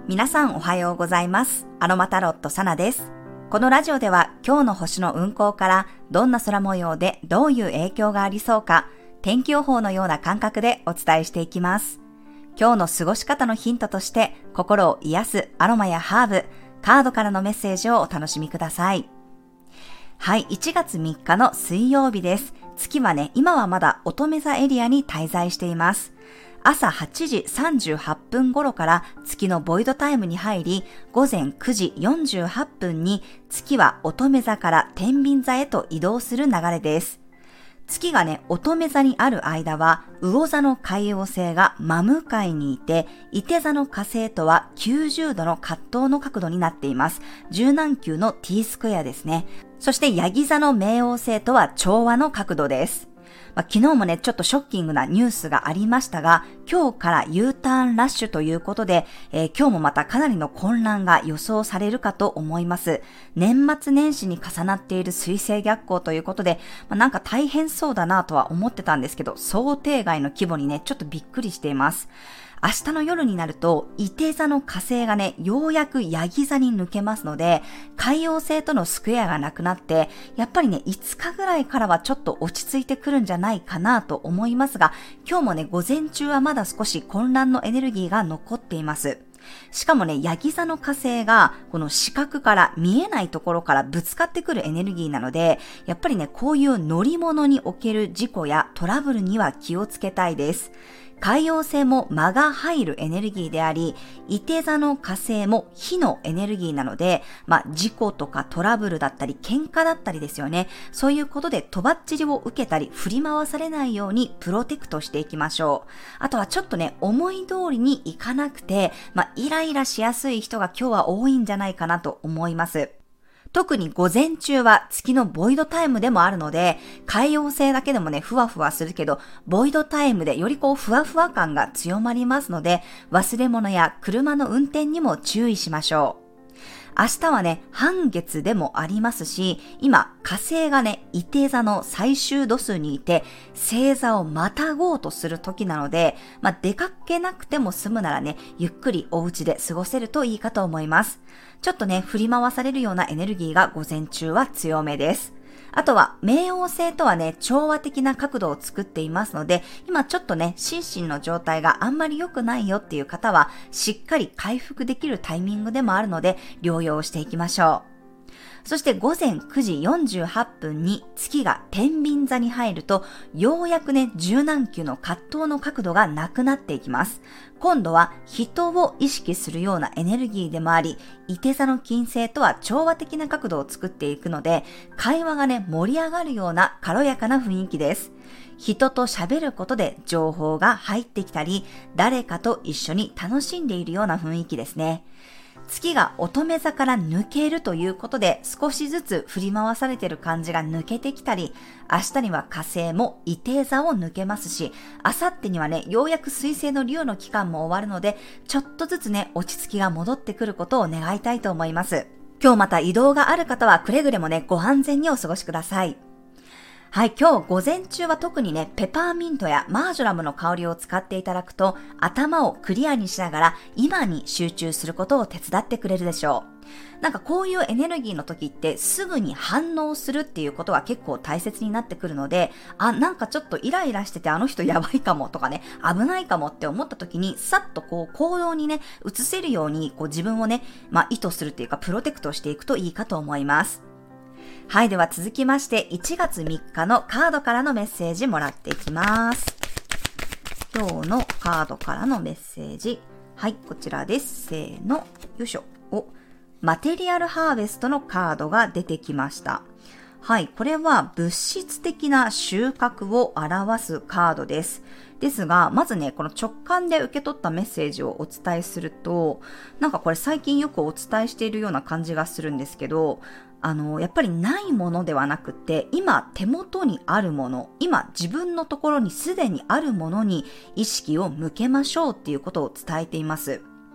皆さんおはようございます。アロマタロットサナです。このラジオでは今日の星の運行からどんな空模様でどういう影響がありそうか、天気予報のような感覚でお伝えしていきます。今日の過ごし方のヒントとして心を癒すアロマやハーブ、カードからのメッセージをお楽しみください。はい、1月3日の水曜日です。月はね、今はまだ乙女座エリアに滞在しています。朝8時38分頃から月のボイドタイムに入り、午前9時48分に月は乙女座から天秤座へと移動する流れです。月がね、乙女座にある間は、魚座の海王星が真向かいにいて、射手座の火星とは90度の葛藤の角度になっています。十何級の T スクエアですね。そしてヤギ座の冥王星とは調和の角度です。昨日もね、ちょっとショッキングなニュースがありましたが、今日から U ターンラッシュということで、今日もまたかなりの混乱が予想されるかと思います。年末年始に重なっている水星逆行ということで、なんか大変そうだなとは思ってたんですけど、想定外の規模にね、ちょっとびっくりしています。明日の夜になると、射手座の火星がね、ようやくヤギ座に抜けますので、海王星とのスクエアがなくなって、やっぱりね、5日ぐらいからはちょっと落ち着いてくるんじゃないかなと思いますが、今日もね、午前中はまだ少し混乱のエネルギーが残っています。しかもね、ヤギ座の火星が、この視覚から見えないところからぶつかってくるエネルギーなので、やっぱりね、こういう乗り物における事故やトラブルには気をつけたいです。海王星も間が入るエネルギーであり、射手座の火星も火のエネルギーなので、事故とかトラブルだったり、喧嘩だったりですよね。そういうことでとばっちりを受けたり、振り回されないようにプロテクトしていきましょう。あとはちょっとね、思い通りにいかなくて、イライラしやすい人が今日は多いんじゃないかなと思います。特に午前中は月のボイドタイムでもあるので、海王星だけでもね、ふわふわするけど、ボイドタイムでよりふわふわ感が強まりますので、忘れ物や車の運転にも注意しましょう。明日はね、半月でもありますし、今、火星がね、射手座の最終度数にいて、星座をまたごうとする時なので、出かけなくても済むならね、ゆっくりお家で過ごせるといいかと思います。ちょっとね、振り回されるようなエネルギーが午前中は強めです。あとは、冥王星とはね、調和的な角度を作っていますので、今ちょっとね、心身の状態があんまり良くないよっていう方は、しっかり回復できるタイミングでもあるので、療養していきましょう。そして午前9時48分に月が天秤座に入ると、ようやくね、十何級の葛藤の角度がなくなっていきます。今度は人を意識するようなエネルギーでもあり、射手座の金星とは調和的な角度を作っていくので、会話がね、盛り上がるような軽やかな雰囲気です。人と喋ることで情報が入ってきたり、誰かと一緒に楽しんでいるような雰囲気ですね。月が乙女座から抜けるということで少しずつ振り回されている感じが抜けてきたり、明日には火星も射手座を抜けますし、明後日にはね、ようやく水星の竜の期間も終わるので、ちょっとずつね、落ち着きが戻ってくることを願いたいと思います。今日また移動がある方はくれぐれもね、ご安全にお過ごしください。はい、今日午前中は特にね、ペパーミントやマージョラムの香りを使っていただくと、頭をクリアにしながら今に集中することを手伝ってくれるでしょう。なんかこういうエネルギーの時ってすぐに反応するっていうことが結構大切になってくるので、なんかちょっとイライラしててあの人やばいかもとかね、危ないかもって思った時にさっと行動にね、移せるように自分をね、意図するっていうかプロテクトしていくといいかと思います。はい、では続きまして1月3日のカードからのメッセージもらっていきます。今日のカードからのメッセージ。はい、こちらです。せーの、よいしょ。マテリアルハーベストのカードが出てきました。はい、これは物質的な収穫を表すカードです。ですが、まずね、この直感で受け取ったメッセージをお伝えすると、なんかこれ最近よくお伝えしているような感じがするんですけど、やっぱりないものではなくて、今手元にあるもの、今自分のところにすでにあるものに意識を向けましょうっていうことを伝えています。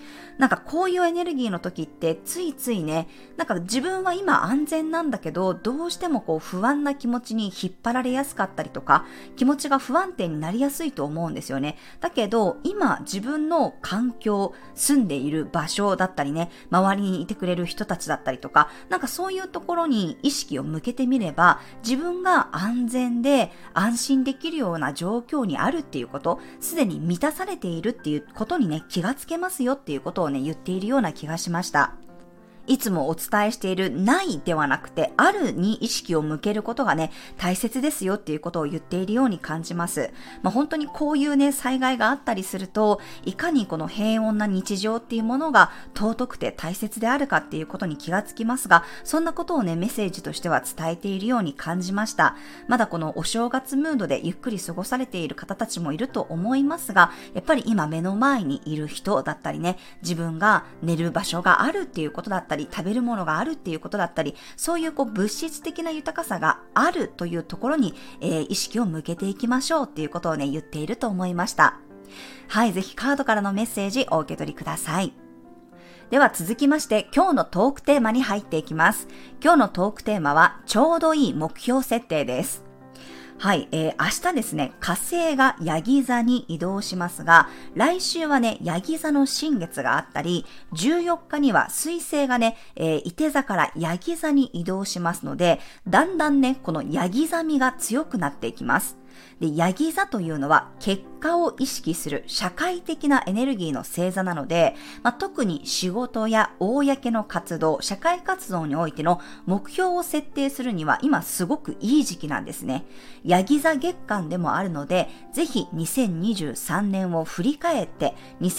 なんかこういうエネルギーの時ってついついね、なんか自分は今安全なんだけど、どうしてもこう不安な気持ちに引っ張られやすかったりとか、気持ちが不安定になりやすいと思うんですよね。だけど今自分の環境、住んでいる場所だったりね、周りにいてくれる人たちだったりとか、なんかそういうところに意識を向けてみれば、自分が安全で安心できるような状況にあるっていうこと、すでに満たされているっていうことにね、気がつけますよっていうことをね、言っているような気がしました。いつもお伝えしているないではなくてあるに意識を向けることがね、大切ですよっていうことを言っているように感じます。本当にこういうね、災害があったりすると、いかにこの平穏な日常っていうものが尊くて大切であるかっていうことに気がつきますが、そんなことをね、メッセージとしては伝えているように感じました。まだこのお正月ムードでゆっくり過ごされている方たちもいると思いますが、やっぱり今目の前にいる人だったりね、自分が寝る場所があるっていうことだったり、食べるものがあるっていうことだったり、そういう物質的な豊かさがあるというところに、意識を向けていきましょうっていうことをね、言っていると思いました。はい、ぜひカードからのメッセージお受け取りください。では続きまして今日のトークテーマに入っていきます。今日のトークテーマはちょうどいい目標設定です。はい、明日ですね、火星がヤギ座に移動しますが、来週はね、ヤギ座の新月があったり、14日には水星がね、射手座からヤギ座に移動しますので、だんだんね、このヤギ座味が強くなっていきます。で、ヤギ座というのは結果を意識する社会的なエネルギーの星座なので、特に仕事や公の活動、社会活動においての目標を設定するには今すごくいい時期なんですね。ヤギ座月間でもあるので、ぜひ2023年を振り返って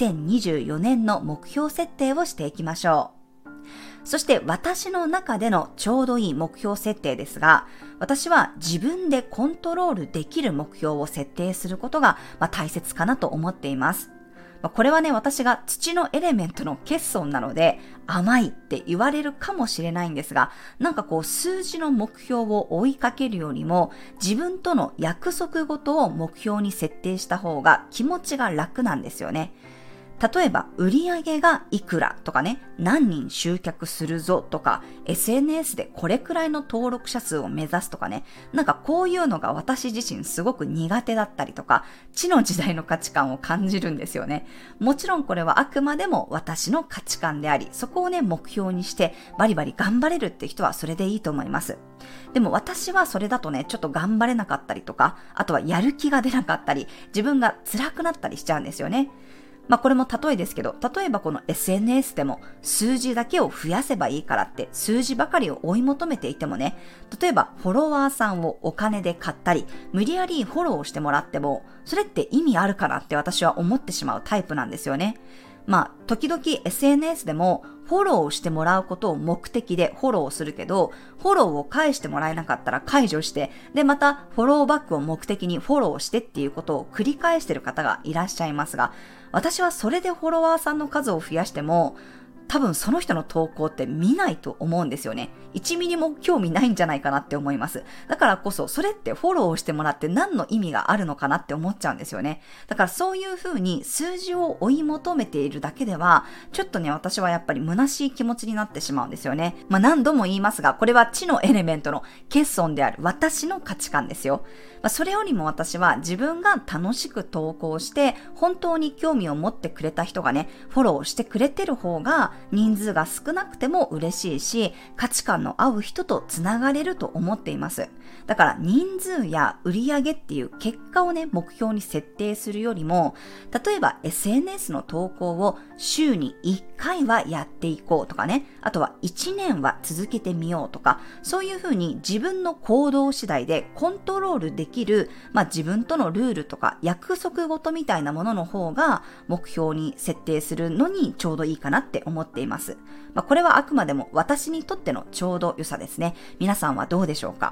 2024年の目標設定をしていきましょう。そして私の中でのちょうどいい目標設定ですが、私は自分でコントロールできる目標を設定することが大切かなと思っています。これはね、私が土のエレメントの欠損なので甘いって言われるかもしれないんですが、なんかこう数字の目標を追いかけるよりも自分との約束事を目標に設定した方が気持ちが楽なんですよね。例えば売上がいくらとかね、何人集客するぞとか、SNS でこれくらいの登録者数を目指すとかね、なんかこういうのが私自身すごく苦手だったりとか、地の時代の価値観を感じるんですよね。もちろんこれはあくまでも私の価値観であり、そこをね目標にしてバリバリ頑張れるって人はそれでいいと思います。でも私はそれだとね、ちょっと頑張れなかったりとか、あとはやる気が出なかったり、自分が辛くなったりしちゃうんですよね。これも例えですけど、例えばこの SNS でも数字だけを増やせばいいからって数字ばかりを追い求めていてもね、例えばフォロワーさんをお金で買ったり、無理やりフォローしてもらっても、それって意味あるかなって私は思ってしまうタイプなんですよね。時々 SNS でもフォローしてもらうことを目的でフォローするけど、フォローを返してもらえなかったら解除して、でまたフォローバックを目的にフォローしてっていうことを繰り返している方がいらっしゃいますが、私はそれでフォロワーさんの数を増やしても、多分その人の投稿って見ないと思うんですよね。1ミリも興味ないんじゃないかなって思います。だからこそそれってフォローしてもらって何の意味があるのかなって思っちゃうんですよね。だからそういう風に数字を追い求めているだけではちょっとね、私はやっぱり虚しい気持ちになってしまうんですよね。何度も言いますが、これは地のエレメントの欠損である私の価値観ですよ。それよりも私は自分が楽しく投稿して本当に興味を持ってくれた人がね、フォローしてくれてる方が人数が少なくても嬉しいし、価値観の合う人とつながれると思っています。だから人数や売り上げっていう結果をね、目標に設定するよりも、例えば SNS の投稿を週に1回はやっていこうとかね、あとは1年は続けてみようとか、そういうふうに自分の行動次第でコントロールできる、自分とのルールとか約束事みたいなものの方が目標に設定するのにちょうどいいかなって思っています。これはあくまでも私にとってのちょうど良さですね。皆さんはどうでしょうか？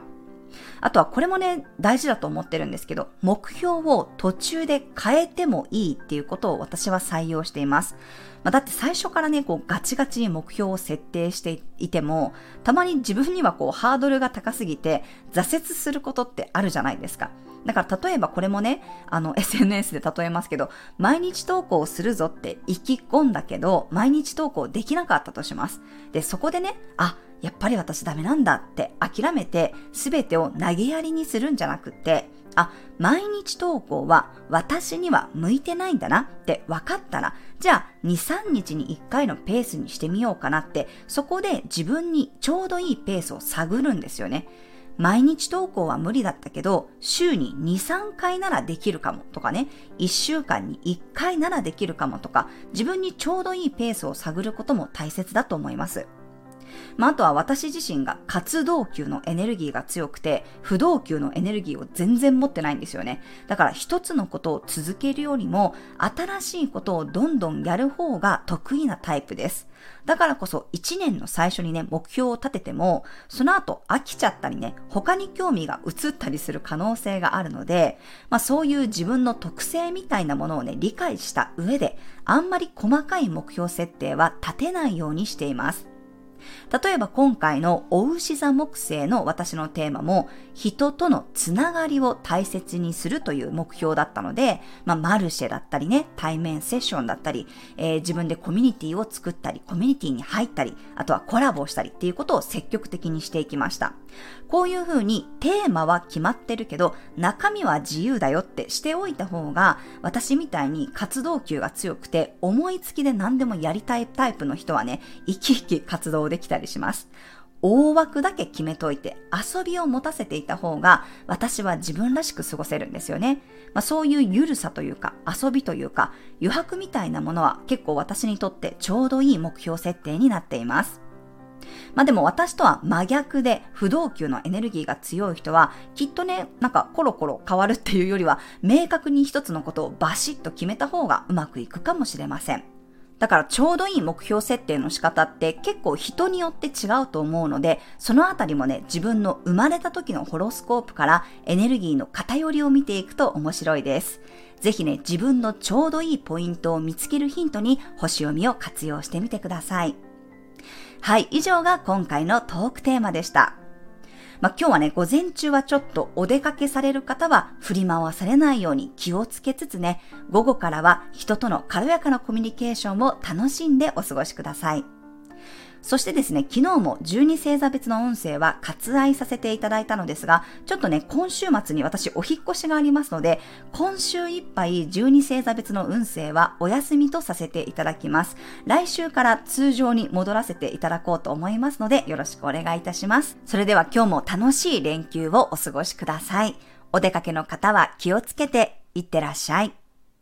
あとはこれもね、大事だと思ってるんですけど、目標を途中で変えてもいいっていうことを私は採用しています。だって最初からね、ガチガチに目標を設定していても、たまに自分にはハードルが高すぎて挫折することってあるじゃないですか。だから例えばこれもね、SNS で例えますけど、毎日投稿するぞって意気込んだけど、毎日投稿できなかったとします。で、そこでね、やっぱり私ダメなんだって諦めて全てを投げやりにするんじゃなくって、毎日投稿は私には向いてないんだなって分かったら、じゃあ2、3日に1回のペースにしてみようかなって、そこで自分にちょうどいいペースを探るんですよね。毎日投稿は無理だったけど、週に2、3回ならできるかもとかね、1週間に1回ならできるかもとか、自分にちょうどいいペースを探ることも大切だと思います。あとは私自身が活動級のエネルギーが強くて、不動級のエネルギーを全然持ってないんですよね。だから一つのことを続けるよりも、新しいことをどんどんやる方が得意なタイプです。だからこそ1年の最初にね、目標を立てても、その後飽きちゃったりね、他に興味が移ったりする可能性があるので、そういう自分の特性みたいなものをね、理解した上で、あんまり細かい目標設定は立てないようにしています。例えば今回のお牛座木星の私のテーマも、人とのつながりを大切にするという目標だったので、マルシェだったりね、対面セッションだったり、自分でコミュニティを作ったり、コミュニティに入ったり、あとはコラボしたりっていうことを積極的にしていきました。こういうふうにテーマは決まってるけど、中身は自由だよってしておいた方が、私みたいに活動級が強くて、思いつきで何でもやりたいタイプの人はね、生き生き活動できたりします。大枠だけ決めといて遊びを持たせていた方が私は自分らしく過ごせるんですよね。そういうゆるさというか遊びというか余白みたいなものは結構私にとってちょうどいい目標設定になっています。でも私とは真逆で不動級のエネルギーが強い人はきっとね、コロコロ変わるっていうよりは明確に一つのことをバシッと決めた方がうまくいくかもしれません。だからちょうどいい目標設定の仕方って結構人によって違うと思うので、そのあたりもね、自分の生まれた時のホロスコープからエネルギーの偏りを見ていくと面白いです。ぜひね、自分のちょうどいいポイントを見つけるヒントに星読みを活用してみてください。はい、以上が今回のトークテーマでした。今日はね、午前中はちょっとお出かけされる方は振り回されないように気をつけつつね、午後からは人との軽やかなコミュニケーションを楽しんでお過ごしください。そしてですね、昨日も12星座別の運勢は割愛させていただいたのですが、ちょっとね、今週末に私お引っ越しがありますので、今週いっぱい12星座別の運勢はお休みとさせていただきます。来週から通常に戻らせていただこうと思いますので、よろしくお願いいたします。それでは今日も楽しい連休をお過ごしください。お出かけの方は気をつけていってらっしゃい。